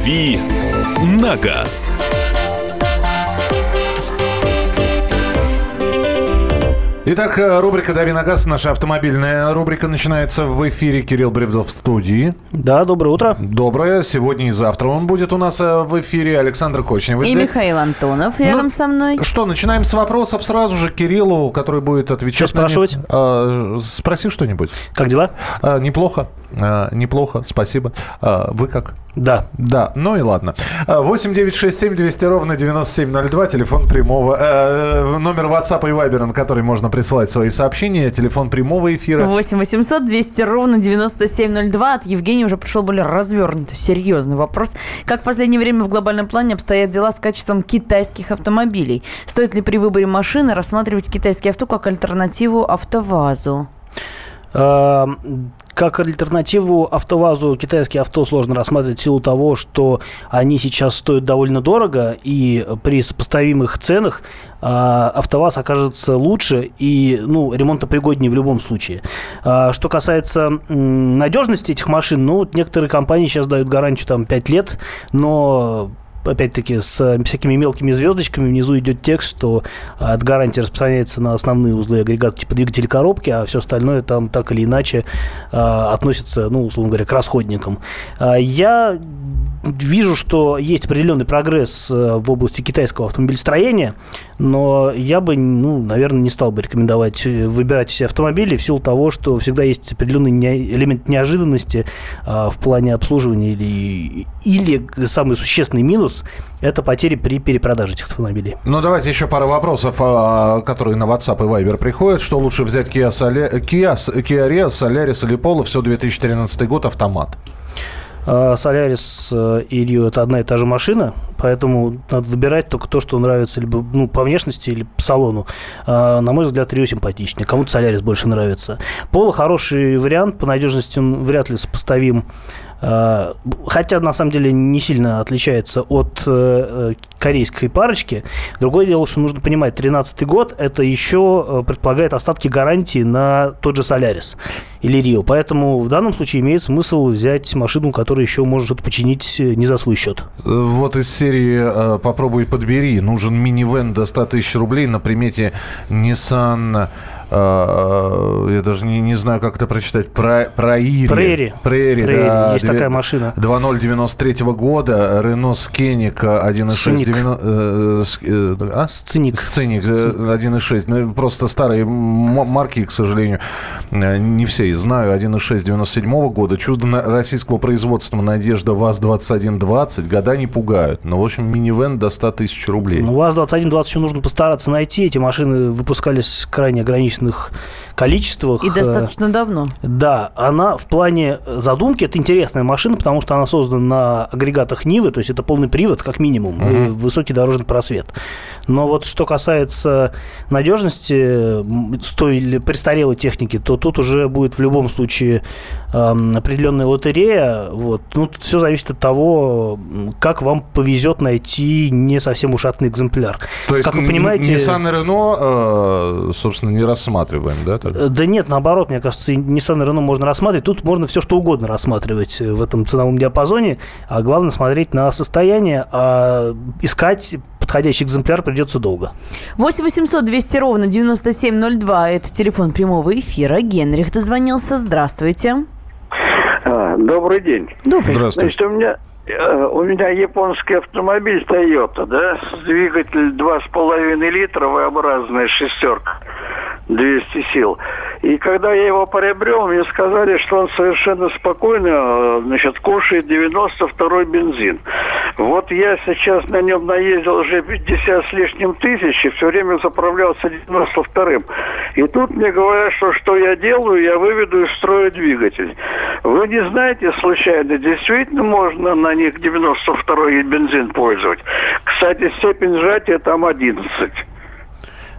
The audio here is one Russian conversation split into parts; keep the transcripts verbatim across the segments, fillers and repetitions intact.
«Дави на газ». Итак, рубрика «Дави на газ», наша автомобильная рубрика, начинается в эфире. Кирилл Бревдов в студии. Да, доброе утро. Доброе. Сегодня и завтра он будет у нас в эфире. Александр Кочнев и здесь. Михаил Антонов рядом ну, со мной. Что, начинаем с вопросов сразу же Кириллу, который будет отвечать. Что спрашивать? А, спроси что-нибудь. Как дела? А, неплохо. А, неплохо, спасибо. А, вы как? Да. Да, ну и ладно. восемь девятьсот шестьдесят семь двести ровно девяносто семь ноль два, телефон прямого, э, номер WhatsApp и Viber, на который можно присылать свои сообщения, телефон прямого эфира. восемь восемьсот двести ровно девяносто семь ноль два. От Евгения уже пришел более развернутый, серьезный вопрос. Как в последнее время в глобальном плане обстоят дела с качеством китайских автомобилей? Стоит ли при выборе машины рассматривать китайские авто как альтернативу АвтоВАЗу? Как альтернативу АвтоВАЗу китайские авто сложно рассматривать в силу того, что они сейчас стоят довольно дорого, и при сопоставимых ценах АвтоВАЗ окажется лучше и, ну, ремонтопригоднее в любом случае. Что касается надежности этих машин, ну, некоторые компании сейчас дают гарантию там пять лет, но... Опять-таки, с всякими мелкими звездочками внизу идет текст, что от гарантии распространяется на основные узлы агрегата типа двигателя коробки, а все остальное там так или иначе относится, ну, условно говоря, к расходникам. Я вижу, что есть определенный прогресс в области китайского автомобилестроения, но я бы, ну, наверное, не стал бы рекомендовать выбирать все автомобили в силу того, что всегда есть определенный элемент неожиданности в плане обслуживания или, или самый существенный минус – это потери при перепродаже этих автомобилей. Ну, давайте еще пару вопросов, которые на WhatsApp и Viber приходят. Что лучше взять Kia, Solia... Kia, Kia Rio, Solaris или Polo? Все две тысячи тринадцатый год, автомат. Солярис и Рио – это одна и та же машина, поэтому надо выбирать только то, что нравится либо, ну, по внешности или по салону. На мой взгляд, Рио симпатичнее, кому-то Солярис больше нравится. Поло хороший вариант, по надежности он вряд ли сопоставим, хотя на самом деле не сильно отличается от корейской парочки. Другое дело, что нужно понимать, тринадцатый год – это еще предполагает остатки гарантии на тот же Солярис или Рио. Поэтому в данном случае имеет смысл взять машину, которая еще может что-то починить не за свой счет. Вот из серии «Попробуй подбери». Нужен минивэн до ста тысяч рублей на примете Nissan... Я даже не, не знаю, как это прочитать. Прairie. Прairie. Прairie, да. Есть такая машина. два ноль девяносто третьего года. Renault Scenic один и шесть. А? Scenic. Scenic один и шесть. Просто старые марки, к сожалению, не все знаю. один и шесть девяносто седьмого года. Чудо российского производства. Надежда ВАЗ двадцать один двадцать. Года не пугают. Но, в общем, минивэн до ста тысяч рублей. Ну, ВАЗ двадцать один двадцать еще нужно постараться найти. Эти машины выпускались крайне ограниченных количествах. И достаточно давно. Да, она в плане задумки, это интересная машина, потому что она создана на агрегатах Нивы, то есть это полный привод, как минимум, uh-huh. и высокий дорожный просвет. Но вот что касается надежности с той престарелой техники, то тут уже будет в любом случае э, определенная лотерея. Вот. Ну, тут все зависит от того, как вам повезет найти не совсем ушатный экземпляр. То есть, как вы понимаете, Nissan и Renault, э, собственно, не рассматриваем, да? Так? Да нет, наоборот, мне кажется, Nissan и Renault можно рассматривать. Тут можно все что угодно рассматривать в этом ценовом диапазоне, а главное смотреть на состояние, а искать подходящий экземпляр придется долго. восемь восемьсот двести ровно девяносто семь ноль два. Это телефон прямого эфира. Генрих дозвонился. Здравствуйте. А, добрый день. Добрый. Здравствуйте. Значит, у меня, у меня японский автомобиль Toyota, да, двигатель два с половиной литра, V-образная шестерка, двести сил. И когда я его приобрел, мне сказали, что он совершенно спокойно, значит, кушает девяносто второй бензин. Вот я сейчас на нем наездил уже пятьдесят с лишним тысяч и все время заправлялся девяносто вторым. И тут мне говорят, что что я делаю, я выведу из строя двигатель. Вы не знаете, случайно, действительно можно на них девяносто второй бензин пользовать? Кстати, степень сжатия там одиннадцать.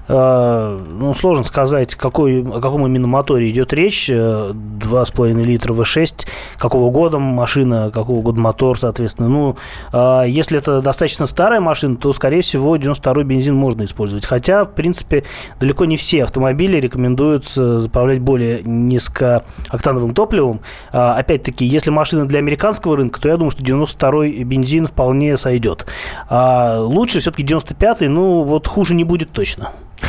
Ну, сложно сказать, какой, о каком именно моторе идет речь. два с половиной литра вэ шесть, какого года машина, какого года мотор, соответственно. Ну, если это достаточно старая машина, то, скорее всего, девяносто второй бензин можно использовать. Хотя, в принципе, далеко не все автомобили рекомендуется заправлять более низкооктановым топливом. Опять-таки, если машина для американского рынка, то я думаю, что девяносто второй бензин вполне сойдет. Лучше все-таки девяносто пятый, ну, вот хуже не будет точно.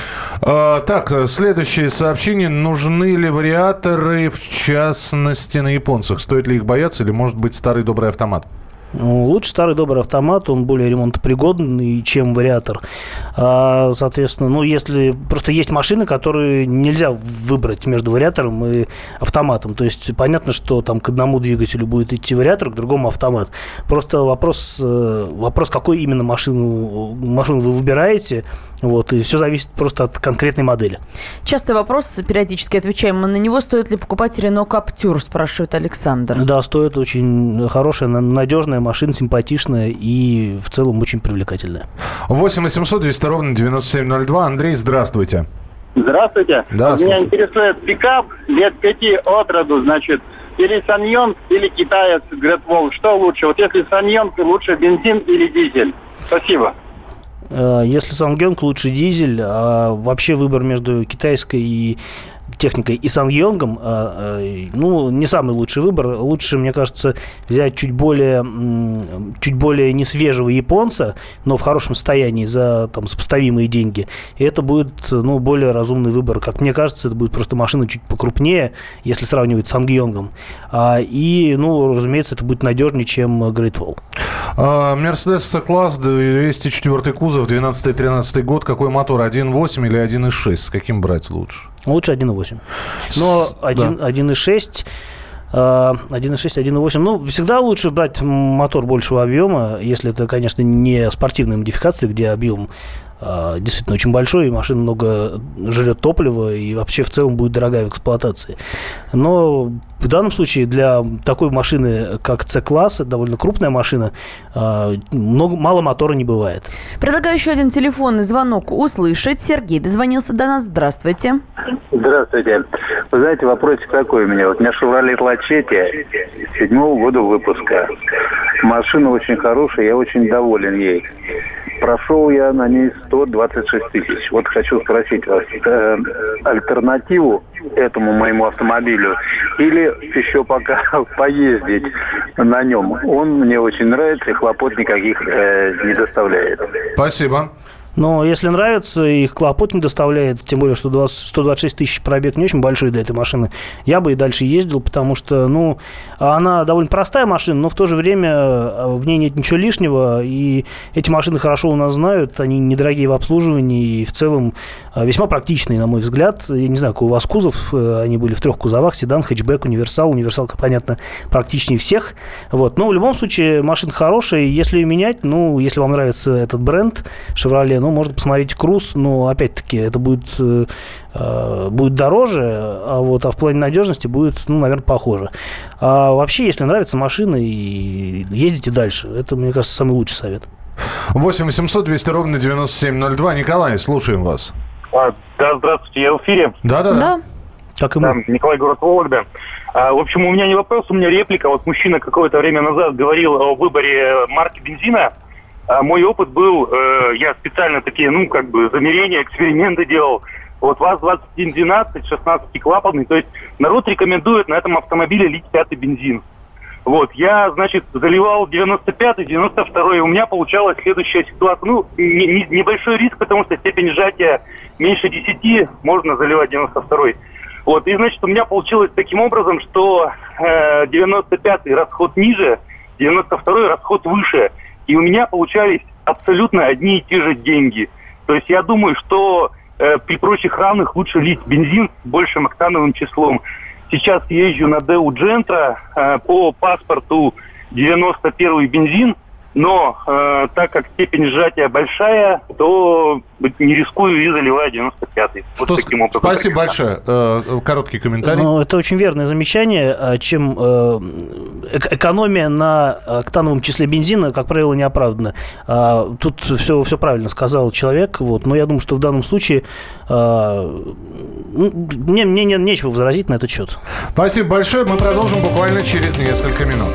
А, так, следующее сообщение. Нужны ли вариаторы, в частности, на японцах? Стоит ли их бояться или может быть старый добрый автомат? Ну, лучше старый добрый автомат, он более ремонтопригодный, чем вариатор. А, соответственно, ну, если просто есть машины, которые нельзя выбрать между вариатором и автоматом. То есть понятно, что там к одному двигателю будет идти вариатор, к другому автомат. Просто вопрос, вопрос какой именно машину, машину вы выбираете, вот, и все зависит просто от конкретной модели. Частый вопрос, периодически отвечаем мы на него. Стоит ли покупать Renault Captur, спрашивает Александр. Да, стоит. Очень хорошая, надежная машина, симпатичная и в целом очень привлекательная. восемь восемьсот двести ровно девяносто семь ноль два. Андрей, здравствуйте. Здравствуйте. Да, Меня слушай. интересует пикап лет пяти от роду, значит, или Саньон, или китаец Great Wall. Что лучше? Вот если Саньон, то лучше бензин или дизель? Спасибо. Если Сангёнг, лучше дизель. А вообще выбор между китайской и техникой и Сангёнгом, ну, не самый лучший выбор. Лучше, мне кажется, взять чуть более, чуть более несвежего японца, но в хорошем состоянии за там сопоставимые деньги. И это будет, ну, более разумный выбор. Как мне кажется, это будет просто машина чуть покрупнее, если сравнивать с Сангёнгом. И, ну, разумеется, это будет надежнее, чем Great Wall. Mercedes C-класс, двести четвёртый кузов, двенадцатый-тринадцатый год. Какой мотор? один и восемь или один и шесть? С каким брать лучше? Лучше один и восемь. Но один и шесть, один и шесть, один и восемь. Ну, всегда лучше брать мотор большего объема, если это, конечно, не спортивная модификация, где объем действительно очень большой, и машина много жрет топлива, и вообще в целом будет дорогая в эксплуатации. Но в данном случае для такой машины, как C-класс, это довольно крупная машина, много, мало мотора не бывает. Предлагаю еще один телефонный звонок услышать. Сергей дозвонился до нас. Здравствуйте. Здравствуйте. Вы знаете, вопросик такой у меня. Вот у меня Chevrolet Lachetti седьмого года выпуска. Машина очень хорошая, я очень доволен ей. Прошел я на ней сто двадцать шесть тысяч. Вот хочу спросить вас, э, альтернативу этому моему автомобилю или еще пока поездить на нем? Он мне очень нравится и хлопот никаких э, не доставляет. Спасибо. Но если нравится, их хлопот не доставляет, тем более, что сто двадцать шесть тысяч пробег не очень большой для этой машины, я бы и дальше ездил, потому что, ну, она довольно простая машина, но в то же время в ней нет ничего лишнего, и эти машины хорошо у нас знают, они недорогие в обслуживании и в целом весьма практичные, на мой взгляд. Я не знаю, какой у вас кузов, они были в трех кузовах: седан, хэтчбэк, универсал. Универсал, понятно, практичнее всех. Вот. Но в любом случае машина хорошая, и если ее менять, ну, если вам нравится этот бренд Chevrolet, ну, можно посмотреть Круз, но, опять-таки, это будет, э, будет дороже, а вот а в плане надежности будет, ну, наверное, похоже. А вообще, если нравится машина, и ездите дальше. Это, мне кажется, самый лучший совет. восемь восемьсот двести ровно девяносто семь ноль два. Николай, слушаем вас. А, да, здравствуйте, я в эфире. Да-да-да. Да. Как и мы. Да, Николай, город Вологда. А, в общем, у меня не вопрос, у меня реплика. Вот мужчина какое-то время назад говорил о выборе марки бензина. А мой опыт был, э, я специально такие, ну, как бы, замерения, эксперименты делал. Вот ВАЗ двадцать один двенадцать, шестнадцатиклапанный. То есть народ рекомендует на этом автомобиле лить пятый бензин. Вот, я, значит, заливал девяносто пятый, девяносто второй. У меня получалась следующая ситуация. Ну, не, не, небольшой риск, потому что степень сжатия меньше десяти, можно заливать девяносто второй. Вот, и, значит, у меня получилось таким образом, что э, девяносто пятый расход ниже, девяносто второй расход выше. И у меня получались абсолютно одни и те же деньги. То есть я думаю, что э, при прочих равных лучше лить бензин с большим октановым числом. Сейчас езжу на Дэу Джентра, э, по паспорту девяносто первый бензин, Но э, так как степень сжатия большая, то не рискую и заливаю девяносто пятый. Что Вот с... таким образом. Спасибо большое. Э, короткий комментарий. Ну, это очень верное замечание. Чем э, экономия на октановом числе бензина, как правило, не оправдана. А, тут все, все правильно сказал человек. Вот. Но я думаю, что в данном случае э, мне, мне не, нечего возразить на этот счет. Спасибо большое. Мы продолжим буквально через несколько минут.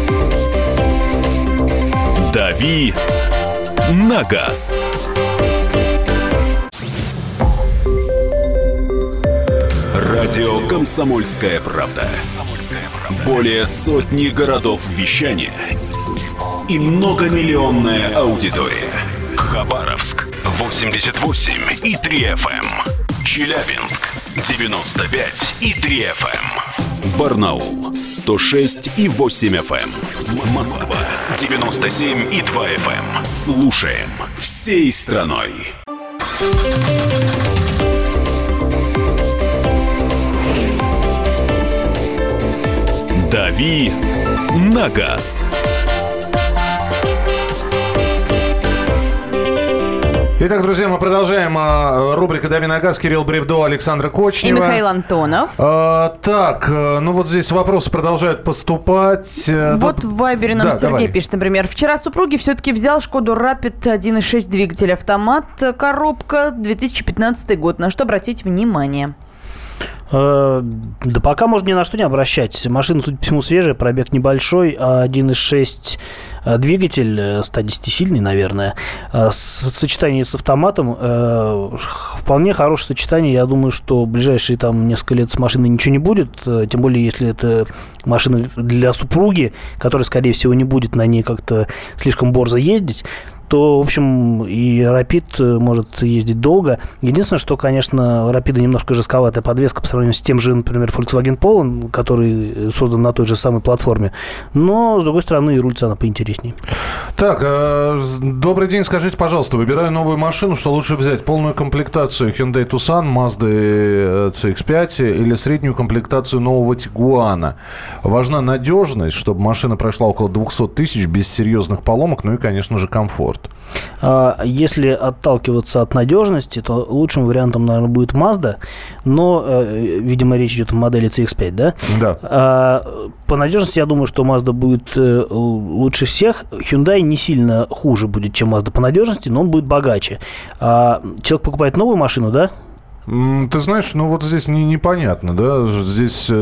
«Дави на газ». Радио «Комсомольская правда». Более сотни городов вещания и многомиллионная аудитория. Хабаровск восемьдесят восемь и три эф эм. Челябинск девяносто пять и три эф эм. Барнаул сто шесть и восемь эф эм. Москва девяносто семь и два эф эм. Слушаем всей страной. «Дави на газ». Итак, друзья, мы продолжаем. Рубрика «Дави на газ». Кирилл Бревдо, Александра Кочнева. И Михаил Антонов. А, так, ну вот здесь вопросы продолжают поступать. Вот Тут... в Вайбере нам да, Сергей давай. пишет, например. Вчера супруги все-таки взял Шкоду Рапид один и шесть двигатель автомат, коробка, две тысячи пятнадцатый год. На что обратить внимание? Да пока можно ни на что не обращать. Машина, судя по всему, свежая, пробег небольшой, а один и шесть двигатель, сто десятисильный, наверное, в сочетании с автоматом вполне хорошее сочетание. Я думаю, что в ближайшие там несколько лет с машиной ничего не будет, тем более, если это машина для супруги, которая, скорее всего, не будет на ней как-то слишком борзо ездить, то, в общем, и Рапид может ездить долго. Единственное, что, конечно, у Рапида немножко жестковатая подвеска по сравнению с тем же, например, Volkswagen Polo, который создан на той же самой платформе. Но, с другой стороны, и рулится она поинтереснее. Так, э, добрый день. Скажите, пожалуйста, выбираю новую машину, что лучше взять? Полную комплектацию Hyundai Tucson, Mazda си икс пять или среднюю комплектацию нового Tiguan? Важна надежность, чтобы машина прошла около двести тысяч без серьезных поломок, ну и, конечно же, комфорт. Если отталкиваться от надежности, то лучшим вариантом, наверное, будет Mazda, но, видимо, речь идет о модели си икс пять, да? Да. По надежности, я думаю, что Mazda будет лучше всех. Hyundai не сильно хуже будет, чем Mazda по надежности, но он будет богаче. Человек покупает новую машину, да? Ты знаешь, ну вот здесь не, непонятно, да? Здесь...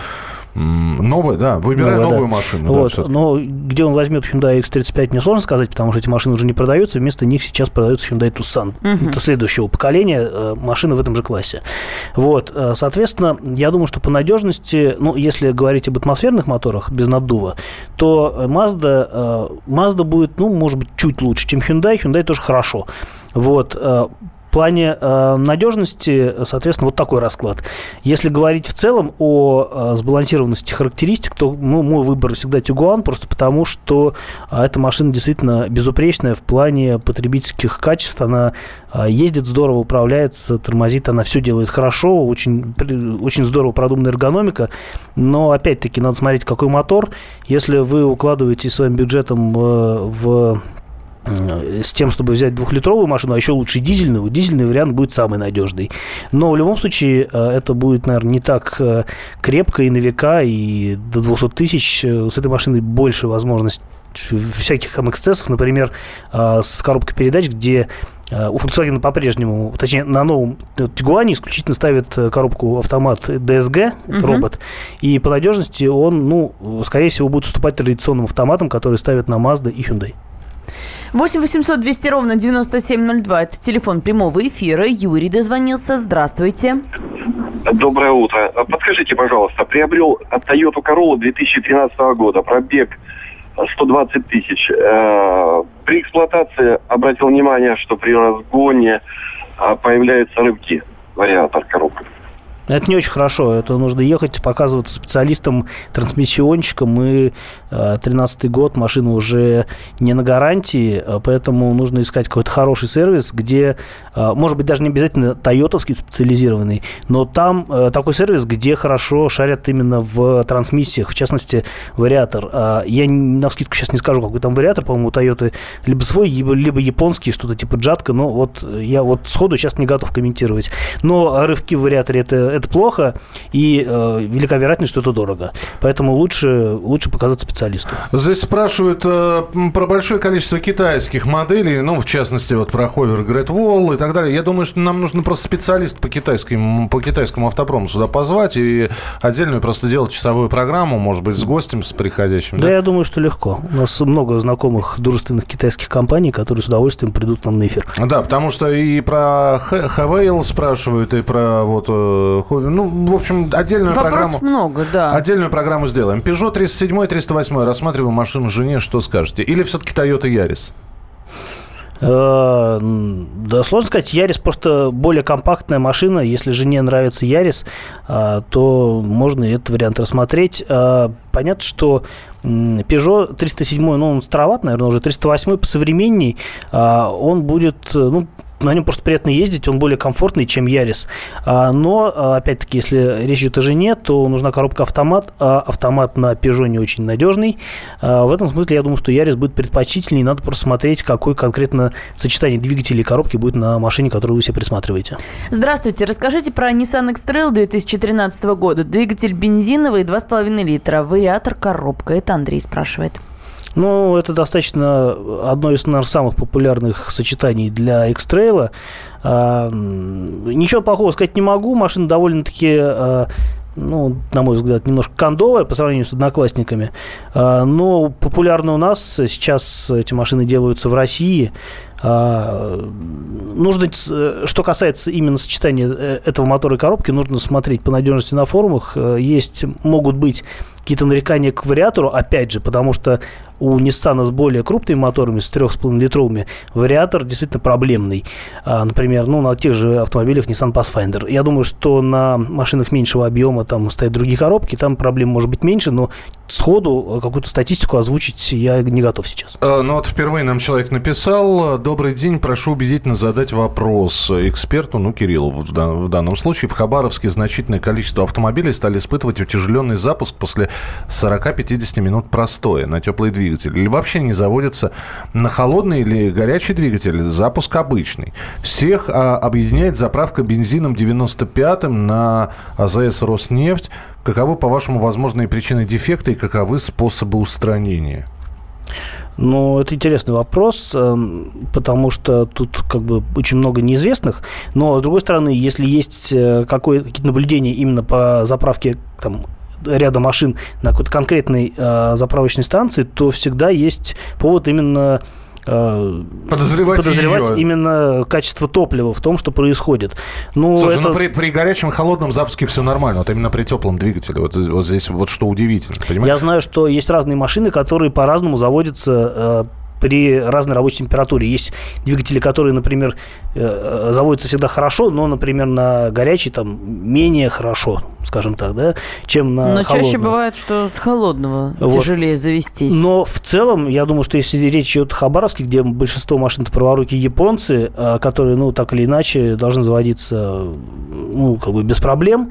Новая, да, выбирай Новая, новую да. машину. Вот. Да, но где он возьмет Hyundai икс тридцать пять, мне сложно сказать, потому что эти машины уже не продаются. Вместо них сейчас продается Hyundai Tucson. Uh-huh. Это следующего поколения машины в этом же классе. Вот. Соответственно, я думаю, что по надежности, ну, если говорить об атмосферных моторах без наддува, то Mazda, Mazda будет, ну, может быть, чуть лучше, чем Hyundai. Hyundai тоже хорошо. Вот. В плане э, надежности, соответственно, вот такой расклад. Если говорить в целом о э, сбалансированности характеристик, то ну, мой выбор всегда Tiguan, просто потому, что э, эта машина действительно безупречная в плане потребительских качеств. Она э, ездит здорово, управляется, тормозит, она все делает хорошо, очень, очень здорово продуманная эргономика. Но, опять-таки, надо смотреть, какой мотор. Если вы укладываете своим бюджетом э, в... с тем, чтобы взять двухлитровую машину, а еще лучше дизельную, дизельный вариант будет самый надежный. Но в любом случае это будет, наверное, не так крепко и на века, и до двухсот тысяч с этой машиной больше возможность всяких там эксцессов, например, с коробкой передач, где у Volkswagen по-прежнему, точнее, на новом Tiguan исключительно ставят коробку автомат ди эс джи, uh-huh. робот, и по надежности он, ну, скорее всего, будет уступать традиционным автоматам, которые ставят на Mazda и Hyundai. восемь восемьсот двести ровно девяносто семь ноль два. Это телефон прямого эфира. Юрий дозвонился. Здравствуйте. Доброе утро. Подскажите, пожалуйста, приобрел Toyota Corolla две тысячи тринадцатого года, пробег сто двадцать тысяч. При эксплуатации обратил внимание, что при разгоне появляются рывки. Вариатор коробки. Это не очень хорошо. Это нужно ехать, показываться специалистам, трансмиссионщикам. И тринадцатый год, машина уже не на гарантии, поэтому нужно искать какой-то хороший сервис, где, может быть, даже не обязательно тойотовский специализированный, но там такой сервис, где хорошо шарят именно в трансмиссиях, в частности, вариатор. Я навскидку сейчас не скажу, какой там вариатор, по-моему, у Тойоты либо свой, либо, либо японский, что-то типа Джатка, но вот я вот сходу сейчас не готов комментировать. Но рывки в вариаторе это это плохо, и э, велика вероятность, что это дорого. Поэтому лучше, лучше показаться специалисту. Здесь спрашивают э, про большое количество китайских моделей, ну, в частности, вот про Hover Great Wall и так далее. Я думаю, что нам нужно просто специалиста по китайскому, по китайскому автопрому сюда позвать и отдельную просто делать часовую программу, может быть, с гостем, с приходящим. Да, да? Я думаю, что легко. У нас много знакомых дружественных китайских компаний, которые с удовольствием придут к нам на эфир. Да, потому что и про Хавейл спрашивают, и про вот... Ну, в общем, отдельную Вопросов программу... много, да. Отдельную программу сделаем. Peugeot триста семь, триста восемь. Рассматриваю машину жене. Что скажете? Или все-таки Toyota Yaris? Да, сложно сказать. Ярис просто более компактная машина. Если жене нравится Ярис, то можно и этот вариант рассмотреть. Понятно, что Peugeot триста семь, ну, он староват, наверное, уже триста восемь посовременней. Он будет, ну, на нем просто приятно ездить, он более комфортный, чем Ярис. Но, опять-таки, если речь идет о жене, то нужна коробка-автомат, а автомат на Peugeot не очень надежный. В этом смысле, я думаю, что Ярис будет предпочтительнее, надо просто смотреть, какое конкретно сочетание двигателей и коробки будет на машине, которую вы себе присматриваете. Здравствуйте, расскажите про Nissan X-Trail две тысячи тринадцатого года. Двигатель бензиновый, два с половиной литра, вариатор, коробка. Это Андрей спрашивает. Ну, это достаточно одно из, наверное, самых популярных сочетаний для X-Trail. А, ничего плохого сказать не могу. Машина довольно-таки, а, ну, на мой взгляд, немножко кондовая по сравнению с одноклассниками. А, но популярны у нас. Сейчас эти машины делаются в России. Нужно, что касается именно сочетания этого мотора и коробки, нужно смотреть по надежности на форумах. Есть, могут быть какие-то нарекания к вариатору, опять же, потому что у Nissan с более крупными моторами, с три с половиной литровыми, вариатор действительно проблемный. Например, ну, на тех же автомобилях Nissan Pathfinder. Я думаю, что на машинах меньшего объема там стоят другие коробки, там проблем может быть меньше, но сходу какую-то статистику озвучить я не готов сейчас. Ну вот впервые нам человек написал: добрый день, прошу убедительно задать вопрос эксперту, ну, Кириллу в, дан, в данном случае. В Хабаровске значительное количество автомобилей стали испытывать утяжеленный запуск после сорок-пятьдесят минут простоя на теплый двигатель. Или вообще не заводится на холодный или горячий двигатель, запуск обычный. Всех а, объединяет заправка бензином девяносто пятым на АЗС «Роснефть». Каковы, по-вашему, возможные причины дефекта и каковы способы устранения? Ну, это интересный вопрос, потому что тут как бы очень много неизвестных. Но, с другой стороны, если есть какие-то наблюдения именно по заправке там ряда машин на какой-то конкретной э, заправочной станции, то всегда есть повод именно э, подозревать, подозревать ее. именно качество топлива в том, что происходит. Ну, Слушай, это... ну при, при горячем и холодном запуске все нормально, вот именно при теплом двигателе. Вот, вот здесь вот что удивительно. Понимаете? Я знаю, что есть разные машины, которые по-разному заводятся э, при разной рабочей температуре. Есть двигатели, которые, например, заводятся всегда хорошо, но, например, на горячий там менее хорошо, скажем так, да, чем на но холодный. Но чаще бывает, что с холодного вот. Тяжелее завестись. Но в целом, я думаю, что если речь идет о Хабаровске, где большинство машин праворукие японцы, которые, ну, так или иначе должны заводиться, ну, как бы без проблем,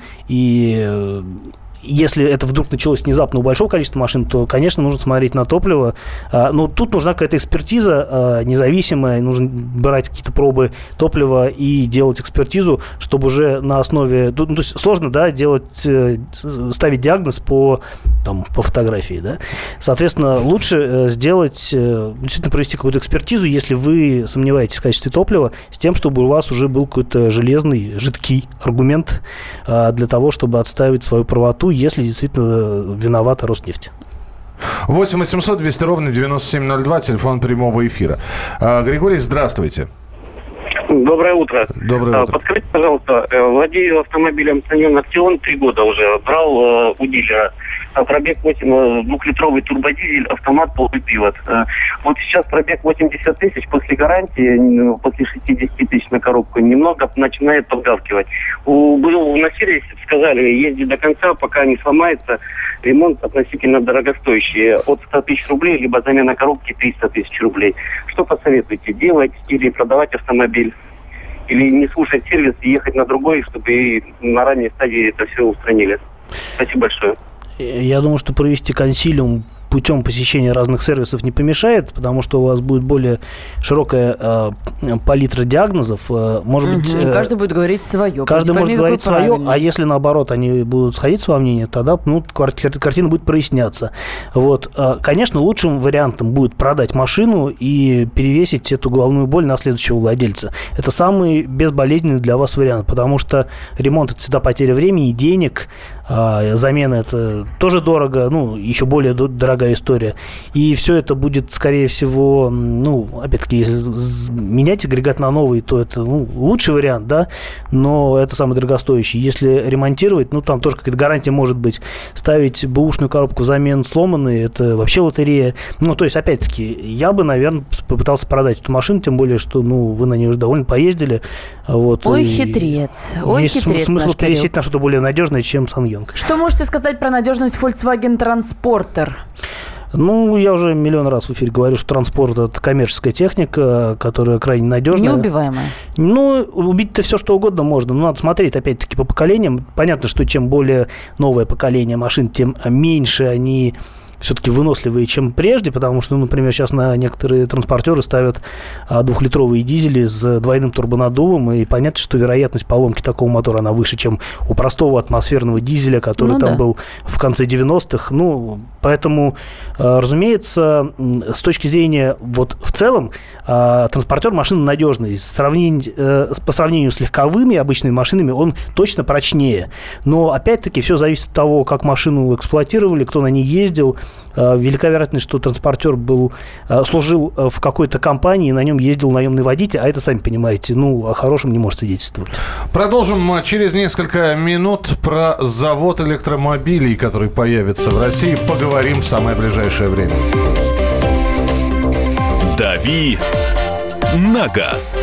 и если это вдруг началось внезапно у большого количества машин, то, конечно, нужно смотреть на топливо. Но тут нужна какая-то экспертиза независимая, нужно брать какие-то пробы топлива и делать экспертизу, чтобы уже на основе... Ну, то есть сложно, да, делать, ставить диагноз по, там, по фотографии, да. Соответственно, лучше сделать, действительно провести какую-то экспертизу, если вы сомневаетесь в качестве топлива, с тем, чтобы у вас уже был какой-то железный, жидкий аргумент для того, чтобы отставить свою правоту, если действительно виновата Роснефть. восемь восемьсот двести ровно девяносто семь ноль два, телефон прямого эфира. Григорий, здравствуйте. Доброе утро. Доброе утро. Подскажите, пожалуйста, владею автомобилем Саньон Актион три года уже. Брал у дилера. Пробег восемь, двухлитровый турбодизель, автомат, полный привод. Вот сейчас пробег восемьдесят тысяч, после гарантии, после шестьдесят тысяч на коробку, немного начинает подгавкивать. У, был на сервисе, сказали, ездить до конца, пока не сломается. Ремонт относительно дорогостоящий. От ста тысяч рублей, либо замена коробки триста тысяч рублей. Что посоветуете? Делать или продавать автомобиль? Или не слушать сервис и ехать на другой, чтобы на ранней стадии это все устранили? Спасибо большое. Я думаю, что провести консилиум путем посещения разных сервисов не помешает, потому что у вас будет более широкая э, палитра диагнозов. Э, может угу, быть, э, каждый будет говорить свое. Каждый может говорить свое, а если наоборот они будут сходиться во мнение, тогда ну, картина будет проясняться. Вот. Э, конечно, лучшим вариантом будет продать машину и перевесить эту головную боль на следующего владельца. Это самый безболезненный для вас вариант, потому что ремонт – это всегда потеря времени, денег, э, замена – это тоже дорого, ну, еще более дорогая история. И все это будет, скорее всего, ну, опять-таки, если менять агрегат на новый, то это ну, лучший вариант, да, но это самый дорогостоящий. Если ремонтировать, ну, там тоже какая-то гарантия может быть. Ставить бэушную коробку взамен сломанной, это вообще лотерея. Ну, то есть, опять-таки, я бы, наверное, попытался продать эту машину, тем более, что, ну, вы на ней уже довольно поездили. Вот, ой, хитрец. Ой, есть хитрец смысл наш пересесть Кирилл. на что-то более надежное, чем Саньонг. Что можете сказать про надежность Volkswagen Transporter? Ну, я уже миллион раз в эфире говорю, что транспорт – это коммерческая техника, которая крайне надежная. Неубиваемая. Ну, убить-то все, что угодно можно. Но надо смотреть, опять-таки, по поколениям. Понятно, что чем более новое поколение машин, тем меньше они все-таки выносливые, чем прежде, потому что, ну, например, сейчас на некоторые транспортеры ставят а, двухлитровые дизели с двойным турбонаддувом, и понятно, что вероятность поломки такого мотора, она выше, чем у простого атмосферного дизеля, который ну, там да. был в конце девяностых. Ну, поэтому, а, разумеется, с точки зрения, вот в целом, а, транспортер машина надежный. Сравнить, а, по сравнению с легковыми обычными машинами он точно прочнее. Но, опять-таки, все зависит от того, как машину эксплуатировали, кто на ней ездил. Велика вероятность, что транспортер был, служил в какой-то компании, на нем ездил наемный водитель, а это, сами понимаете, ну, о хорошем не может свидетельствовать. Продолжим через несколько минут про завод электромобилей, который появится в России. Поговорим в самое ближайшее время. Дави на газ.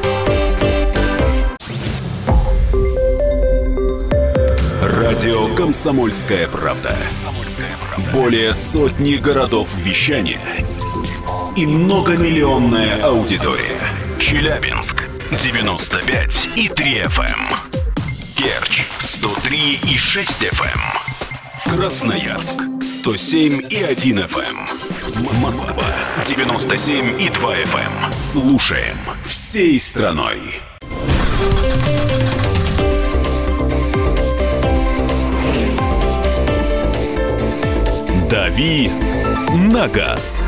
Радио «Комсомольская правда». Более сотни городов вещания и многомиллионная аудитория. Челябинск девяносто пять и три эф эм, Керчь сто три и шесть эф эм, Красноярск сто семь и один эф эм, Москва девяносто семь и два эф эм. Слушаем всей страной. Дави на газ.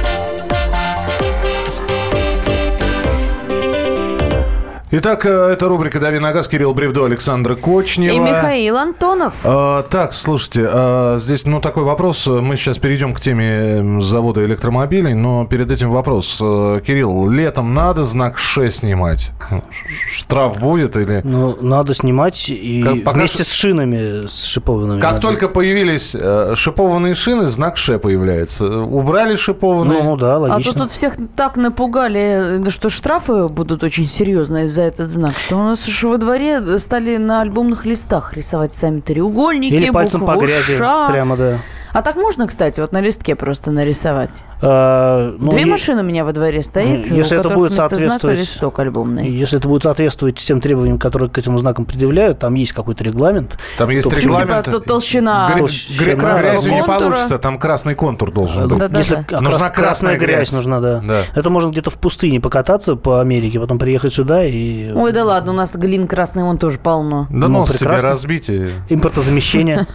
Итак, это рубрика «Дави на газ». Кирилл Бревдо, Александра Кочнева. И Михаил Антонов. А, так, слушайте, а, здесь ну, такой вопрос. Мы сейчас перейдем к теме завода электромобилей, но перед этим вопрос. Кирилл, летом надо знак Ш снимать? Штраф будет или... Ну, надо снимать и как, пока вместе ш... с шинами, с шипованными. Как надо. только появились э, шипованные шины, знак Ш появляется. Убрали шипованные? Ну, да, логично. А то тут всех так напугали, что штрафы будут очень серьезные за этот знак, что у нас уже во дворе стали на альбомных листах рисовать сами треугольники, или пальцем букву по грязи, Ш. прямо, да. А так можно, кстати, вот на листке просто нарисовать? А, ну, Две и... машины у меня во дворе стоит, если у это которых будет вместо соответствовать... знака листок альбомный. Если это будет соответствовать тем требованиям, которые к этим знакам предъявляют, там есть какой-то регламент. Там есть то регламент. Типа толщина. Гря... толщина Грязью не контура. получится, там красный контур должен быть. Да, да, Если... да. А нужна крас... красная грязь. грязь нужна, да. да. Это можно где-то в пустыне покататься по Америке, потом приехать сюда и... Ой, да ладно, у нас глин красный, вон тоже полно. Да ну, нос себе прекрасно. разбить и... Импортозамещение.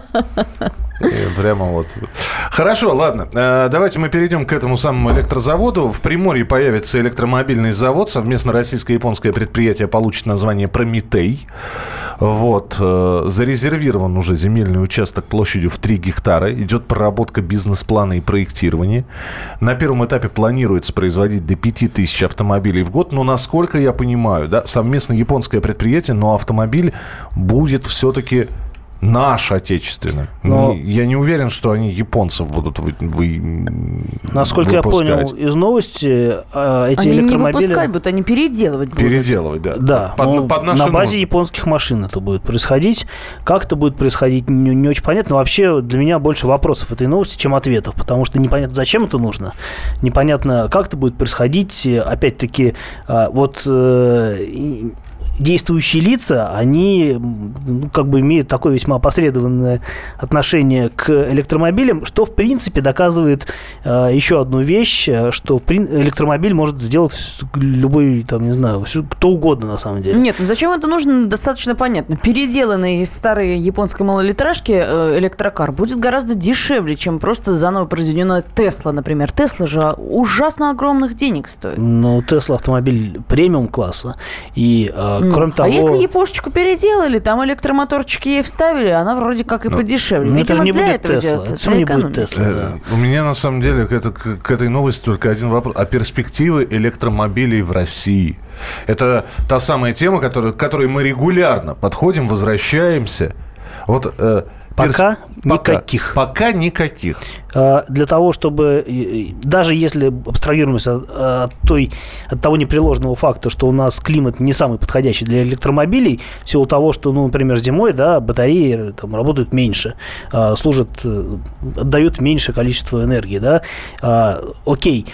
Прямо вот. Хорошо, ладно. Давайте мы перейдем к этому самому электрозаводу. В Приморье появится электромобильный завод. Совместно российско-японское предприятие получит название «Прометей». Вот. Зарезервирован уже земельный участок площадью в три гектара. Идет проработка бизнес-плана и проектирования. На первом этапе планируется производить до пяти тысяч автомобилей в год. Но, насколько я понимаю, да, совместно японское предприятие, но автомобиль будет все-таки... Наш отечественный. Но... Я не уверен, что они японцев будут вы, вы, Насколько выпускать. Я понял из новости, эти они электромобили... Они не выпускать будут, они переделывать будут. Переделывать, да. Да, под, ну, под наши на базе нужды. Японских машин это будет происходить. Как это будет происходить, не, не очень понятно. Вообще для меня больше вопросов этой новости, чем ответов. Потому что непонятно, зачем это нужно. Непонятно, как это будет происходить. Опять-таки, вот... действующие лица, они ну, как бы имеют такое весьма опосредованное отношение к электромобилям, что, в принципе, доказывает э, еще одну вещь, что электромобиль может сделать любой, там, не знаю, кто угодно, на самом деле. Нет, ну зачем это нужно, достаточно понятно. Переделанный из старой японской малолитражки э, электрокар будет гораздо дешевле, чем просто заново произведенная Тесла, например. Тесла же ужасно огромных денег стоит. Ну, Тесла автомобиль премиум-класса, и э, кроме того... А если япошечку переделали, там электромоторчики ей вставили, она вроде как и ну, подешевле. Ну, Видимо, это же не для будет этого Тесла. делается. Это не будет Тесла. Да. У меня, на самом деле, к, это, к, к этой новости только один вопрос. А перспективы электромобилей в России? Это та самая тема, которая, к которой мы регулярно подходим, возвращаемся. Вот... Э, Пока Перс... никаких. Пока, пока никаких. Для того, чтобы, даже если абстрагируемся от, от, той, от того непреложного факта, что у нас климат не самый подходящий для электромобилей, в силу того, что, ну, например, зимой, да, батареи там работают меньше, служат, отдают меньшее количество энергии, да, окей.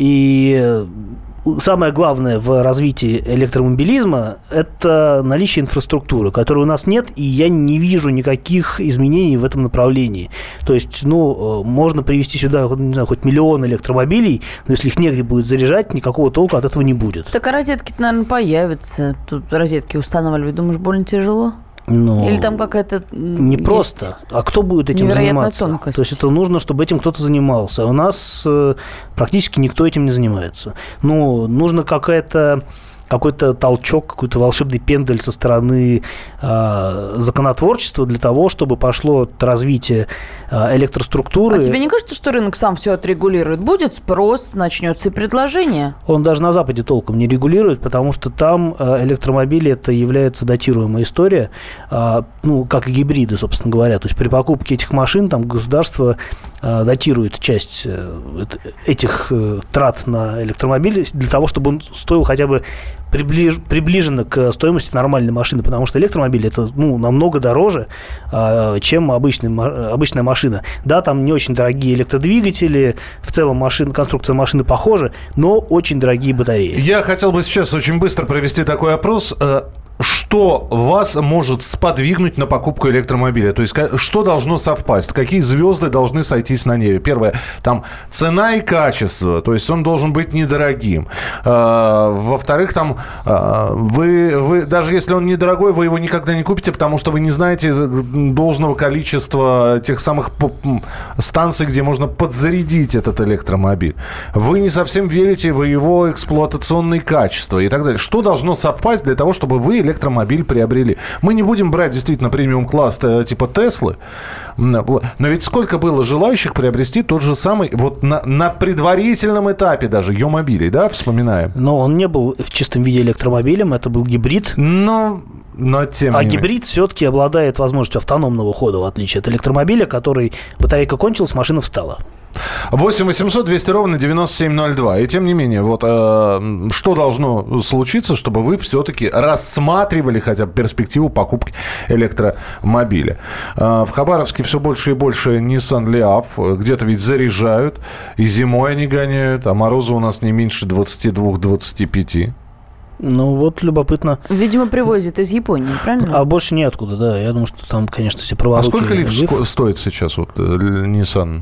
И самое главное в развитии электромобилизма – это наличие инфраструктуры, которой у нас нет, и я не вижу никаких изменений в этом направлении. То есть, ну, можно привезти сюда, не знаю, хоть миллион электромобилей, но если их негде будет заряжать, никакого толка от этого не будет. Так а розетки-то, наверное, появятся. Тут розетки устанавливать, думаешь, больно тяжело? Но или там какая-то... Не просто. А кто будет этим заниматься? Тонкость. То есть это нужно, чтобы этим кто-то занимался. У нас э, практически никто этим не занимается. Ну, нужно какая-то... какой-то толчок, какой-то волшебный пендель со стороны э, законотворчества для того, чтобы пошло развитие э, электроструктуры. А тебе не кажется, что рынок сам все отрегулирует? Будет спрос, начнется и предложение? Он даже на Западе толком не регулирует, потому что там э, электромобили это является датируемая история, э, ну, как и гибриды, собственно говоря. То есть при покупке этих машин там государство э, датирует часть э, этих э, трат на электромобиль для того, чтобы он стоил хотя бы Приближ, приближена к стоимости нормальной машины, потому что электромобиль это ну, намного дороже, а, чем обычный, обычная машина. Да, там не очень дорогие электродвигатели, в целом машина, конструкция машины похожа, но очень дорогие батареи. Я хотел бы сейчас очень быстро провести такой опрос. Что вас может сподвигнуть на покупку электромобиля? То есть, что должно совпасть? Какие звезды должны сойтись на небе? Первое, там, цена и качество. То есть, он должен быть недорогим. Во-вторых, там, вы, вы, даже если он недорогой, вы его никогда не купите, потому что вы не знаете должного количества тех самых станций, где можно подзарядить этот электромобиль. Вы не совсем верите в его эксплуатационные качества и так далее. Что должно совпасть для того, чтобы вы электромобиль приобрели? Мы не будем брать действительно премиум-класс типа Теслы, но ведь сколько было желающих приобрести тот же самый, вот на, на предварительном этапе даже, Йо-мобилей, да, вспоминаем? Но он не был в чистом виде электромобилем, это был гибрид. Но... Но тем а не гибрид менее. Все-таки обладает возможностью автономного хода, в отличие от электромобиля, который батарейка кончилась, машина встала. восемь восемьсот двести ровно девяносто семь ноль два. И тем не менее, вот э, что должно случиться, чтобы вы все-таки рассматривали хотя бы перспективу покупки электромобиля? Э, в Хабаровске все больше и больше Nissan Leaf. Где-то ведь заряжают. И зимой они гоняют. А мороза у нас не меньше двадцать два - двадцать пять. Ну, вот любопытно. Видимо, привозят из Японии, правильно? А больше неоткуда, да. Я думаю, что там, конечно, все праворуки. А сколько лифт стоит сейчас вот Nissan?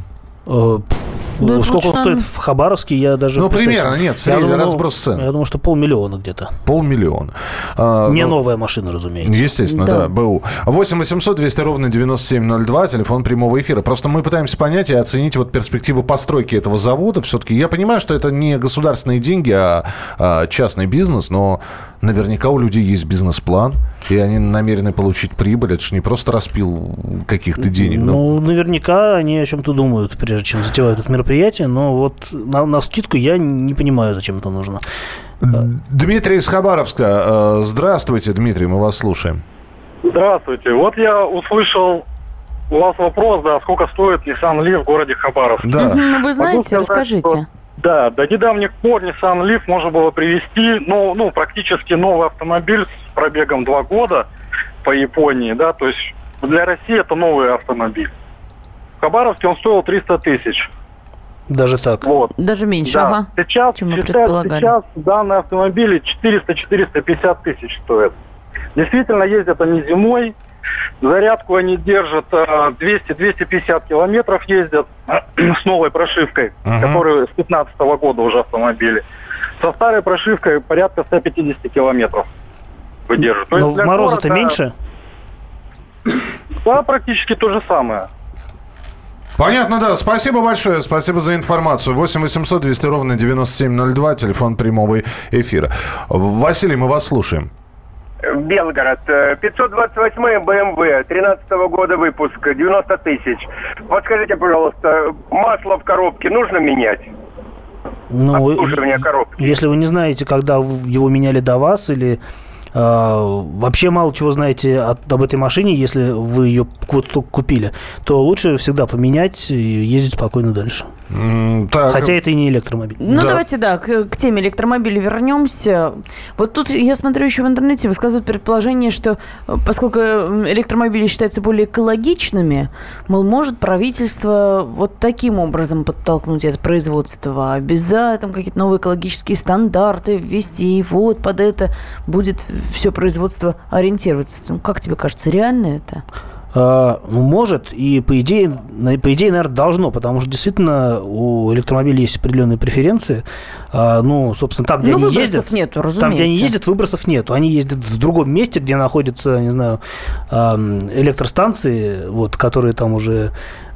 Ну, сколько он стоит в Хабаровске, я даже... Ну, примерно, нет, средний разброс цен. Я думаю, что полмиллиона где-то. Полмиллиона. Не а, новая машина, разумеется. Естественно, да, да БУ. восемь восемьсот двести ровно девяносто семь ноль два, телефон прямого эфира. Просто мы пытаемся понять и оценить вот перспективу постройки этого завода. Все-таки я понимаю, что это не государственные деньги, а, а частный бизнес, но Наверняка у людей есть бизнес-план, и они намерены получить прибыль. Это же не просто распил каких-то денег. Ну, да? Наверняка они о чем-то думают, прежде чем затевают это мероприятие. Но вот на, на скидку я не понимаю, зачем это нужно. Дмитрий из Хабаровска. Здравствуйте, Дмитрий, мы вас слушаем. Здравствуйте. Вот я услышал у вас вопрос, да, сколько стоит Nissan Leaf в городе Хабаровск. Да. Угу, вы знаете, сказать, расскажите. Что, да, до недавних пор Nissan Leaf можно было привезти, ну, ну, практически новый автомобиль с пробегом два года по Японии, да, то есть для России это новый автомобиль. В Хабаровске он стоил триста тысяч. Даже так? Вот. Даже меньше, да. ага. Сейчас, чем мы сейчас, предполагали. сейчас данные автомобили четыреста-четыреста пятьдесят тысяч стоят. Действительно, ездят они зимой. Зарядку они держат двести-двести пятьдесят километров ездят с новой прошивкой, uh-huh. которая с пятнадцатого года уже автомобили. Со старой прошивкой порядка сто пятьдесят километров выдержит. Но в мороз-то меньше? Да, практически то же самое. Понятно, да. Спасибо большое. Спасибо за информацию. восемь восемьсот двести ровно девяносто семь ноль два. Телефон прямого эфира. Василий, мы вас слушаем. Белгород. пятьсот двадцать восемь бэ эм вэ, тринадцатого года выпуска, девяносто тысяч. Подскажите, пожалуйста, масло в коробке нужно менять? Ну, обслуживание коробки. Если вы не знаете, когда его меняли до вас, или э, вообще мало чего знаете от, об этой машине, если вы ее вот только купили, то лучше всегда поменять и ездить спокойно дальше. Mm, так. Хотя это и не электромобиль. Ну, да. давайте, да, к, к теме электромобилей вернемся. Вот тут я смотрю еще в интернете, высказывают предположение, что поскольку электромобили считаются более экологичными, мол, может правительство вот таким образом подтолкнуть это производство, обязать там какие-то новые экологические стандарты ввести, и вот под это будет все производство ориентироваться. Ну, как тебе кажется, реально это? Ну, может, и по идее, по идее, наверное, должно, потому что действительно у электромобилей есть определенные преференции. Ну, собственно, там, где ну, они ездят, нету, там, где они ездят, выбросов нету. Они ездят в другом месте, где находятся, не знаю, электростанции, вот, которые там уже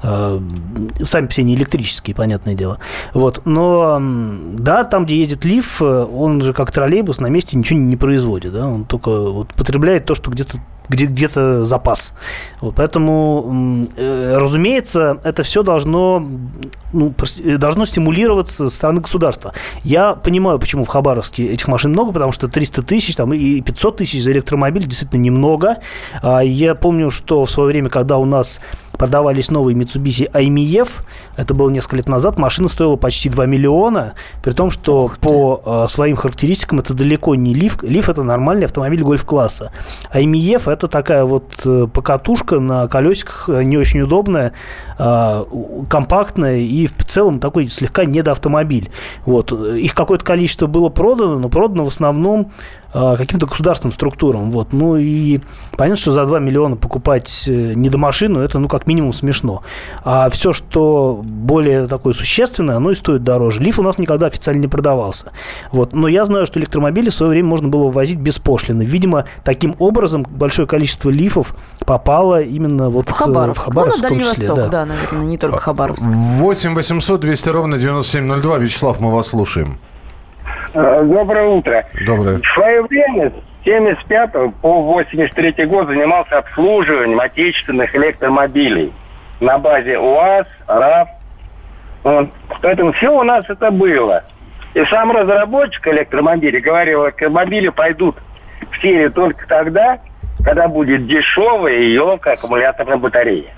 сами все не электрические, понятное дело. Вот. Но да, там, где ездит Лиф, он же как троллейбус на месте ничего не производит. Да? Он только вот потребляет то, что где-то где, где-то запас. Вот, поэтому, э, разумеется, это все должно, ну, должно стимулироваться со стороны государства. Я понимаю, почему в Хабаровске этих машин много, потому что триста тысяч там, и пятьсот тысяч за электромобиль действительно немного. Я помню, что в свое время, когда у нас продавались новые Mitsubishi ай эм и эф, это было несколько лет назад, машина стоила почти два миллиона, при том, что по э, своим характеристикам это далеко не Лиф. Лиф – это нормальный автомобиль гольф-класса. ай эм и эф – это такая вот э, покатушка на колесиках, не очень удобная, э, компактная и в целом такой слегка недоавтомобиль. Вот. Их какое-то количество было продано, но продано в основном каким-то государственным структурам. Вот. Ну и понятно, что за два миллиона покупать недомашину, это ну как минимум смешно. А все, что более такое существенное, оно и стоит дороже. Лиф у нас никогда официально не продавался. Вот. Но я знаю, что электромобили в свое время можно было ввозить беспошлино. Видимо, таким образом большое количество лифов попало именно вот в Хабаровск. В Хабаровск, ну, на Дальний числе, Восток, да. да, наверное, не только Хабаровск. восемь восемьсот двести ровно девяносто семь ноль два. Вячеслав, мы вас слушаем. Доброе утро. Доброе. В свое время с семьдесят пятого по восемьдесят третий год занимался обслуживанием отечественных электромобилей на базе УАЗ, РАФ. Вот. Поэтому все у нас это было. И сам разработчик электромобилей говорил, электромобили пойдут в серию только тогда, когда будет дешевая и емкая аккумуляторная батарея.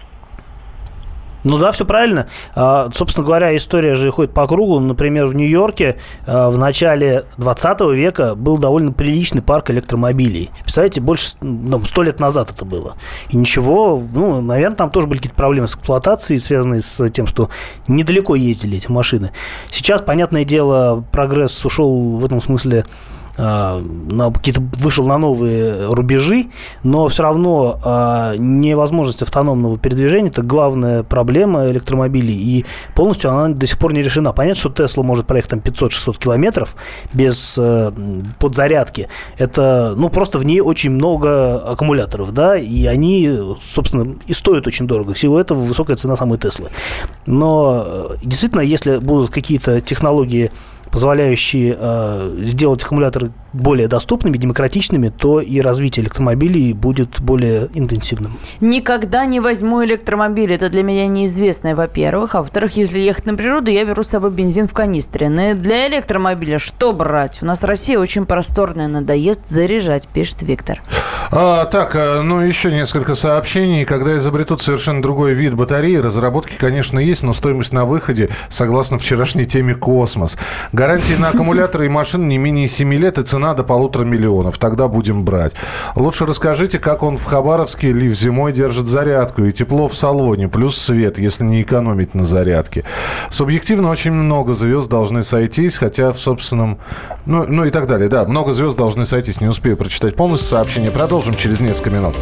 Ну да, все правильно. А, собственно говоря, история же ходит по кругу. Например, в Нью-Йорке а, в начале двадцатого века был довольно приличный парк электромобилей. Представляете, больше ну, сто лет назад это было. И ничего, ну, наверное, там тоже были какие-то проблемы с эксплуатацией, связанные с тем, что недалеко ездили эти машины. Сейчас, понятное дело, прогресс ушел в этом смысле, на какие-то, вышел на новые рубежи, но все равно а, невозможность автономного передвижения – это главная проблема электромобилей, и полностью она до сих пор не решена. Понятно, что Тесла может проехать там пятьсот-шестьсот километров без а, подзарядки. Это, ну, просто в ней очень много аккумуляторов, да, и они, собственно, и стоят очень дорого. В силу этого высокая цена самой Теслы. Но действительно, если будут какие-то технологии позволяющие э, сделать аккумуляторы более доступными, демократичными, то и развитие электромобилей будет более интенсивным. Никогда не возьму электромобиль. Это для меня неизвестное, во-первых. А во-вторых, если ехать на природу, я беру с собой бензин в канистре. Но для электромобиля что брать? У нас Россия очень просторная, надоест заряжать, пишет Виктор. А, так, ну еще несколько сообщений. Когда изобретут совершенно другой вид батареи, разработки, конечно, есть, но стоимость на выходе, согласно вчерашней теме, космос. Гарантии на аккумуляторы и машины не менее семи лет и цена до полутора миллионов. Тогда будем брать. Лучше расскажите, как он в Хабаровске лифт зимой держит зарядку и тепло в салоне, плюс свет, если не экономить на зарядке. Субъективно очень много звезд должны сойтись, хотя в собственном... Ну, ну и так далее. Да, много звезд должны сойтись. Не успею прочитать полностью сообщение. Продолжим через несколько минут.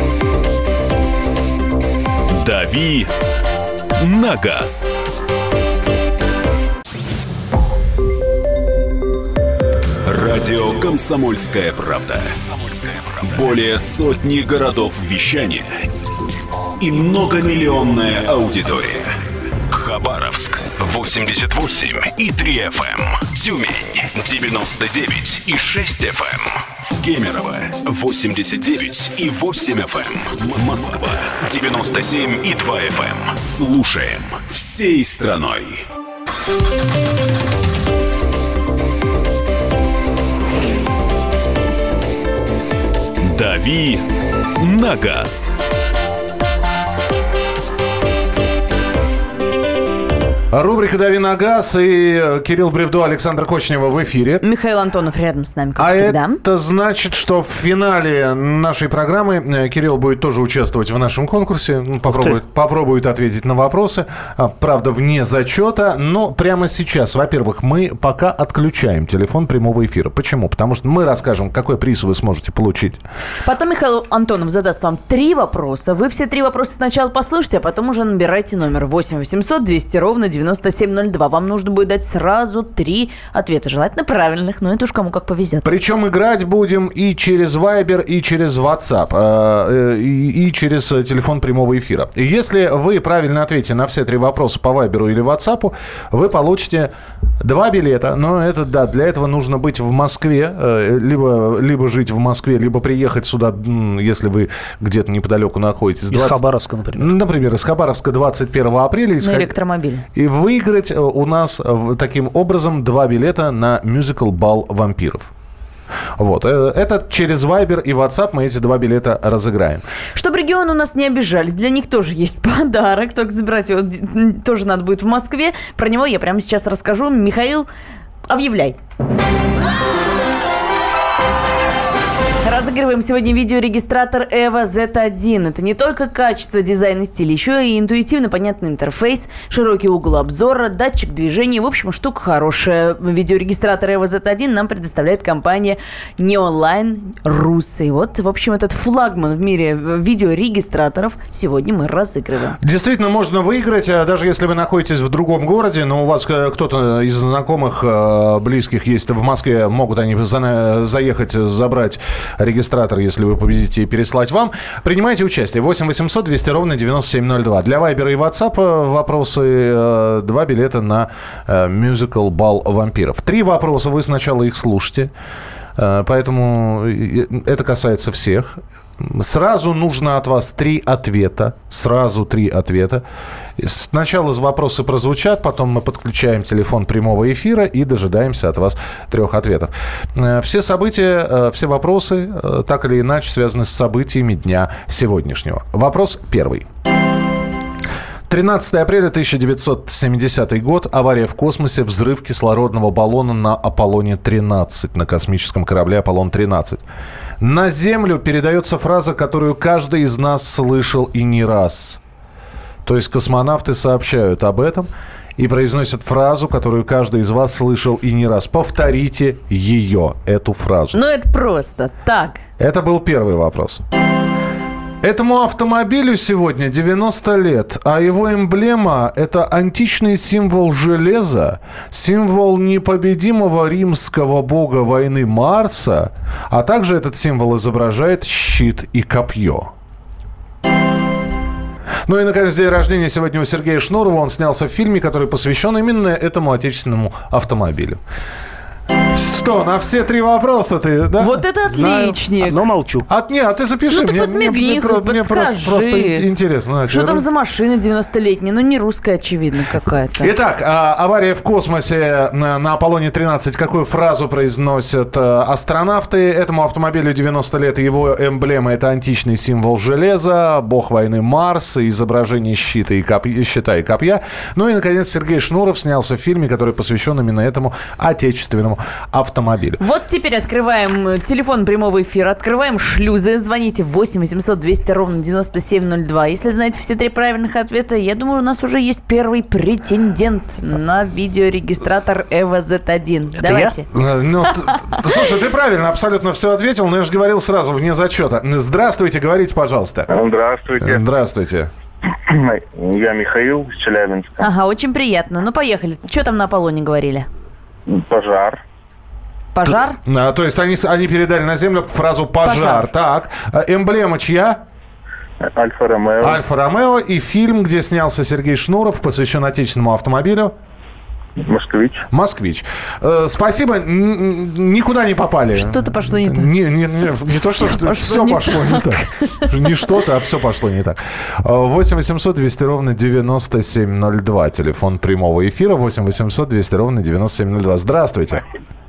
«Дави на газ». Радио «Комсомольская правда». Более сотни городов вещания и многомиллионная аудитория. Хабаровск восемьдесят восемь и три эф эм, Тюмень девяносто девять и шесть эф эм, Кемерово восемьдесят девять и восемь эф эм, Москва девяносто семь и два эф эм. Слушаем всей страной. «Дави на газ». Рубрика «Дави на газ» и Кирилл Бревдо, Александр Кочнева в эфире. Михаил Антонов рядом с нами, как а всегда. Это значит, что в финале нашей программы Кирилл будет тоже участвовать в нашем конкурсе. Попробует, попробует ответить на вопросы. Правда, вне зачета. Но прямо сейчас, во-первых, мы пока отключаем телефон прямого эфира. Почему? Потому что мы расскажем, какой приз вы сможете получить. Потом Михаил Антонов задаст вам три вопроса. Вы все три вопроса сначала послушайте, а потом уже набирайте номер восемь восемьсот двести ровно девяносто семь ноль два. Вам нужно будет дать сразу три ответа. Желательно правильных, но это уж кому как повезет. Причем играть будем и через Viber, и через WhatsApp, и, и через телефон прямого эфира. Если вы правильно ответите на все три вопроса по Viber или WhatsApp, вы получите два билета. Но это, да, для этого нужно быть в Москве, либо, либо жить в Москве, либо приехать сюда, если вы где-то неподалеку находитесь. двадцать... Из Хабаровска, например. Например, из Хабаровска двадцать первого апреля. На электромобиле. И выиграть у нас таким образом два билета на мюзикл-бал вампиров. Вот. Это через Viber и WhatsApp мы эти два билета разыграем. Чтобы регионы у нас не обижались, для них тоже есть подарок. Только забирать его тоже надо будет в Москве. Про него я прямо сейчас расскажу. Михаил, объявляй. Разыгрываем сегодня видеорегистратор Эва зет один. Это не только качество, дизайн и стиль, еще и интуитивно понятный интерфейс, широкий угол обзора, датчик движения. В общем, штука хорошая. Видеорегистратор Эва зет один нам предоставляет компания Neonline Russo. И вот, в общем, этот флагман в мире видеорегистраторов сегодня мы разыгрываем. Действительно, можно выиграть, даже если вы находитесь в другом городе, но у вас кто-то из знакомых, близких есть в Москве, могут они заехать, забрать регистратор, если вы победите, и переслать вам. Принимайте участие. восемь восемьсот двести ровно девяносто семь ноль два. Для Viber и WhatsApp вопросы. Два билета на мюзикл-бал вампиров. Три вопроса. Вы сначала их слушайте. Поэтому это касается всех. Сразу нужно от вас три ответа. Сразу три ответа. Сначала вопросы прозвучат, потом мы подключаем телефон прямого эфира и дожидаемся от вас трех ответов. Все события, все вопросы, так или иначе, связаны с событиями дня сегодняшнего. Вопрос первый. тринадцатого апреля тысяча девятьсот семидесятый год. Авария в космосе. Взрыв кислородного баллона на Аполлоне тринадцать. На космическом корабле Аполлон тринадцать. На Землю передается фраза, которую каждый из нас слышал и не раз. То есть космонавты сообщают об этом и произносят фразу, которую каждый из вас слышал и не раз. Повторите ее, эту фразу. Ну, это просто так. Это был первый вопрос. Этому автомобилю сегодня девяносто лет, а его эмблема – это античный символ железа, символ непобедимого римского бога войны Марса, а также этот символ изображает щит и копье. Ну и, наконец, день рождения сегодня у Сергея Шнурова. Он снялся в фильме, который посвящен именно этому отечественному автомобилю. Что, на все три вопроса ты, да? Вот это отличник. Одно молчу. А, не, а ты запиши. Ну ты мне, подмигни, мне, мне, хоть мне просто, просто интересно. Что там за машина девяностолетняя? Ну, не русская, очевидно, какая-то. Итак, авария в космосе на Аполлоне тринадцать. Какую фразу произносят астронавты? Этому автомобилю девяносто лет. Его эмблема – это античный символ железа, бог войны Марс, изображение щита и, копья, щита и копья. Ну и, наконец, Сергей Шнуров снялся в фильме, который посвящен именно этому отечественному автомобилю. Вот теперь открываем телефон прямого эфира, открываем шлюзы, звоните восемь восемьсот двести ровно девяносто семь ноль два. Если знаете все три правильных ответа, я думаю, у нас уже есть первый претендент на видеорегистратор Эва зет один. Это Давайте. Я? Ну, т- слушай, ты правильно абсолютно все ответил, но я же говорил сразу, вне зачета. Здравствуйте, говорите, пожалуйста. Здравствуйте. Здравствуйте. Я Михаил из Челябинска. Ага, очень приятно. Ну, поехали. Что там на Аполлоне говорили? Пожар. Пожар? А, то есть они, они передали на Землю фразу «пожар». Пожар. Так, эмблема чья? Альфа-Ромео. Альфа-Ромео. И фильм, где снялся Сергей Шнуров, посвящен отечественному автомобилю? Москвич. Москвич. Э, спасибо. Н- никуда не попали. Что-то пошло не так. Не, не, не, не то, что Пошло все не пошло не так. Не что-то, а все пошло не так. восемь восемьсот двести ровно девяносто семь ноль два. Телефон прямого эфира. восемь восемьсот двести ровно девяносто семь ноль два. Здравствуйте.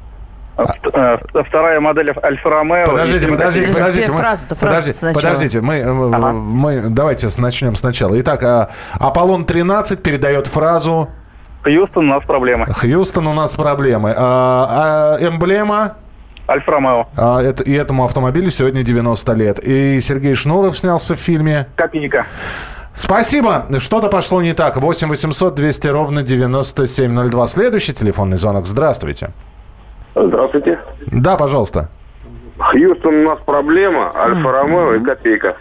Вторая модель Альфа-Ромео. Подождите, подождите, подождите. Мы, Фразу-то, подожди, фразу-то подождите, мы, Ага. мы давайте начнем сначала. Итак, а, Аполлон тринадцать передает фразу Хьюстон, у нас проблемы. «Хьюстон, у нас проблемы». А, а, эмблема? Альфа-Ромео. А, это, и этому автомобилю сегодня девяносто лет. И Сергей Шнуров снялся в фильме. Копейка. Спасибо. Что-то пошло не так. восемь восемьсот двести ровно девяносто семь ноль два. Следующий телефонный звонок. Здравствуйте. Здравствуйте. Да, пожалуйста. Хьюстон, у нас проблема. Альфа-Ромео и копейка.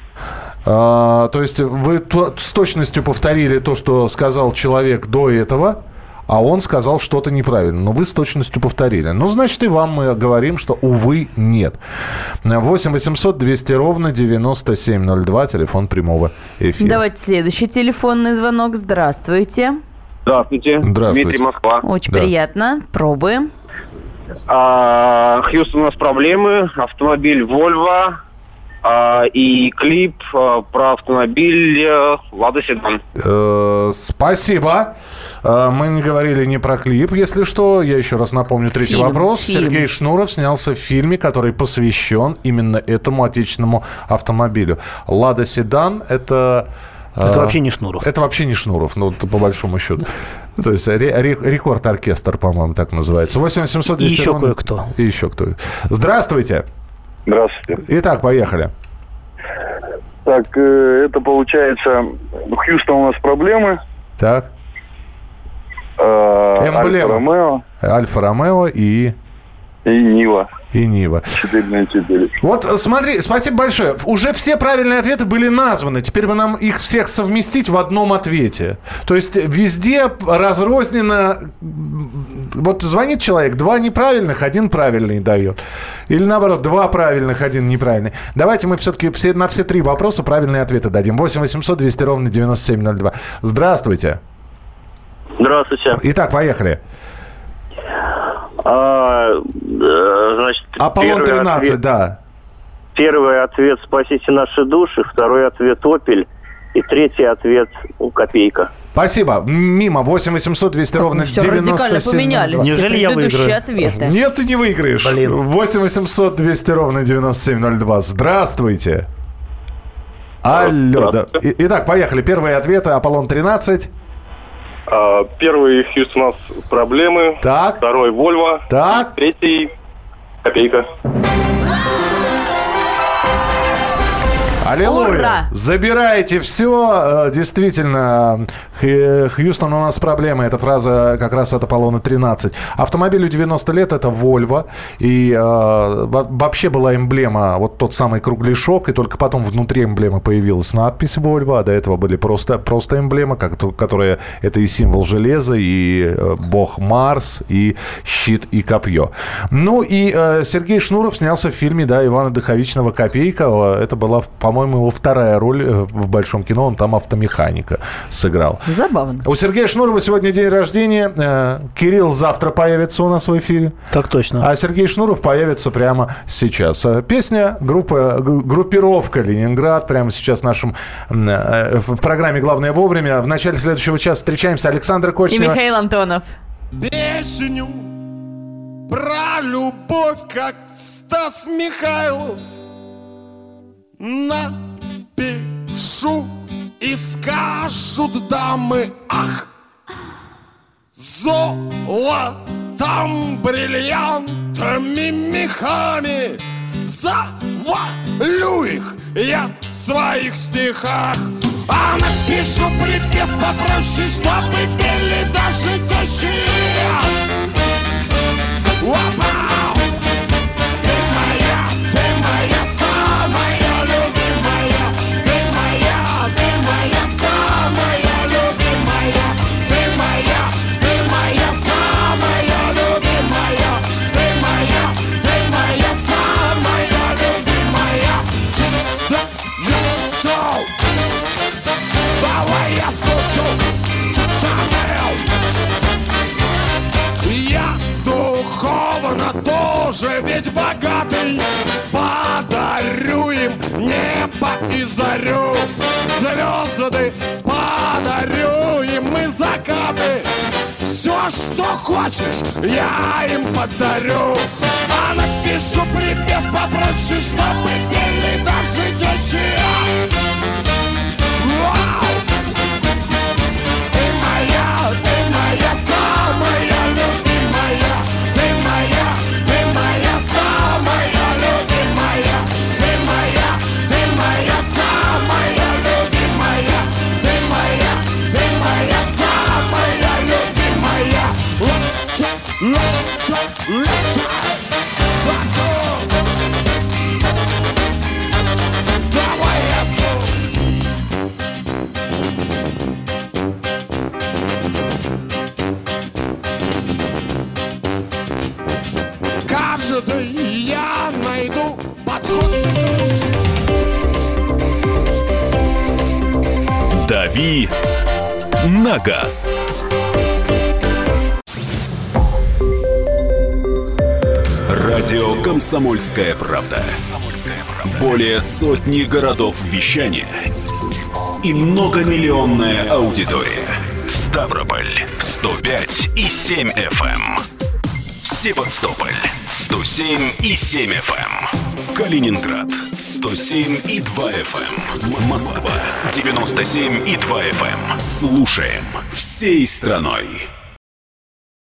А, то есть вы то, с точностью повторили то, что сказал человек до этого, а он сказал что-то неправильно. Но вы с точностью повторили. Ну, значит, и вам мы говорим, что, увы, нет. восемь восемьсот двести ровно девяносто семь ноль два. Телефон прямого эфира. Давайте следующий телефонный звонок. Здравствуйте. Здравствуйте. Здравствуйте. Дмитрий, Москва. Очень Да. приятно. Пробуем. А, Хьюстон, у нас проблемы. Автомобиль Volvo. А, и клип а, про автомобиль а, Лада Седан. Э, Спасибо. Э, Мы не говорили не про клип, если что. Я еще раз напомню третий Фильм, вопрос. фильм. Сергей Шнуров снялся в фильме, который посвящен именно этому отечественному автомобилю. «Лада Седан» — это... э, Это вообще не Шнуров. Это вообще не Шнуров, ну, по большому счету. То есть ре- ре- рекорд-оркестр, по-моему, так называется. восемь восемьсот И двести еще ровно- кое-кто. И еще кто. Здравствуйте. Здравствуйте. Итак, поехали. Так, э, это получается... У Хьюстона у нас проблемы. Так. Э, Эмблема. Альфа-Ромео Альфа-Ромео и... и Нива. И Нива. четыре на четыре. Вот смотри, спасибо большое. Уже все правильные ответы были названы. Теперь бы нам их всех совместить в одном ответе. То есть везде разрозненно... Вот звонит человек, два неправильных, один правильный дает. Или наоборот, два правильных, один неправильный. Давайте мы все-таки все, на все три вопроса правильные ответы дадим. восемь восемьсот двести ровно девяносто семь ноль два. Здравствуйте. Здравствуйте. Итак, поехали. А, э, значит, Аполлон первый тринадцать, ответ- да. Первый ответ «Спасите наши души», второй ответ «Опель» и третий ответ ну, «Копейка». Спасибо. Мимо. восемь восемьсот двести ровно Все девяносто радикально семь поменяли. ноль два. все Неужели я предыдущие выиграю? ответы. Нет, ты не выиграешь. Блин. восемь восемьсот двести ровно девяносто семь ноль два. Здравствуйте. Алло. Да. И- Итак, поехали. Первые ответы. Аполлон тринадцать. А, первый Хьюстон у нас проблемы. Так. Второй Volvo. Так. Третий копейка. Аллилуйя. Ура! Забирайте все. Действительно, Хь- Хьюстон, у нас проблемы. Эта фраза как раз от Аполлона тринадцать. Автомобилю девяносто лет, это Volvo. И э, во- вообще была эмблема, вот тот самый кругляшок, и только потом внутри эмблемы появилась надпись Volvo, а до этого были просто, просто эмблема, как, то- которая это и символ железа, и э, бог Марс, и щит, и копье. Ну и э, Сергей Шнуров снялся в фильме, да, Ивана Духовичного «Копейка». Это была, по-моему, по-моему, его вторая роль в большом кино. Он там автомеханика сыграл. Забавно. У Сергея Шнурова сегодня день рождения. Кирилл завтра появится у нас в эфире. Так точно. А Сергей Шнуров появится прямо сейчас. Песня группа, группировка «Ленинград» прямо сейчас в нашем в программе «Главное вовремя». В начале следующего часа встречаемся. Александр Кочнева и Михаил Антонов. Песню про любовь, как Стас Михайлов, напишу, и скажут дамы: ах, золотом, бриллиантами, мехами завалю их я в своих стихах. А напишу припев попроще, чтобы пели даже тещи. Вау! Ты моя, ты моя самая любимая. Ты моя, ты моя самая любимая. Ты моя, ты моя самая любимая. Ты моя, ты моя самая любимая. Чу-чу-чу. Давай я сучу, чу-чу-чу. Я духовно тоже ведь богатый. Подарю им небо и зарю, звезды подарю им и закаты. Все, что хочешь, я им подарю. А напишу припев попроще, чтобы пели даже тещи. Вау! Ты моя, ты моя самая любимая. Ты моя, ты моя самая любимая. Ты моя, ты моя самая любимая. Ты моя, ты моя самая любимая. Лача, лача, лача, лача. Давай я су. Каждый я найду подход. «Дави на газ». Радио «Комсомольская правда». Более сотни городов вещания и многомиллионная аудитория. Ставрополь сто пять и семь эф эм. Севастополь сто семь и семь эф эм. Калининград сто семь и два эф эм. Москва девяносто семь и два эф эм. Слушаем всей страной.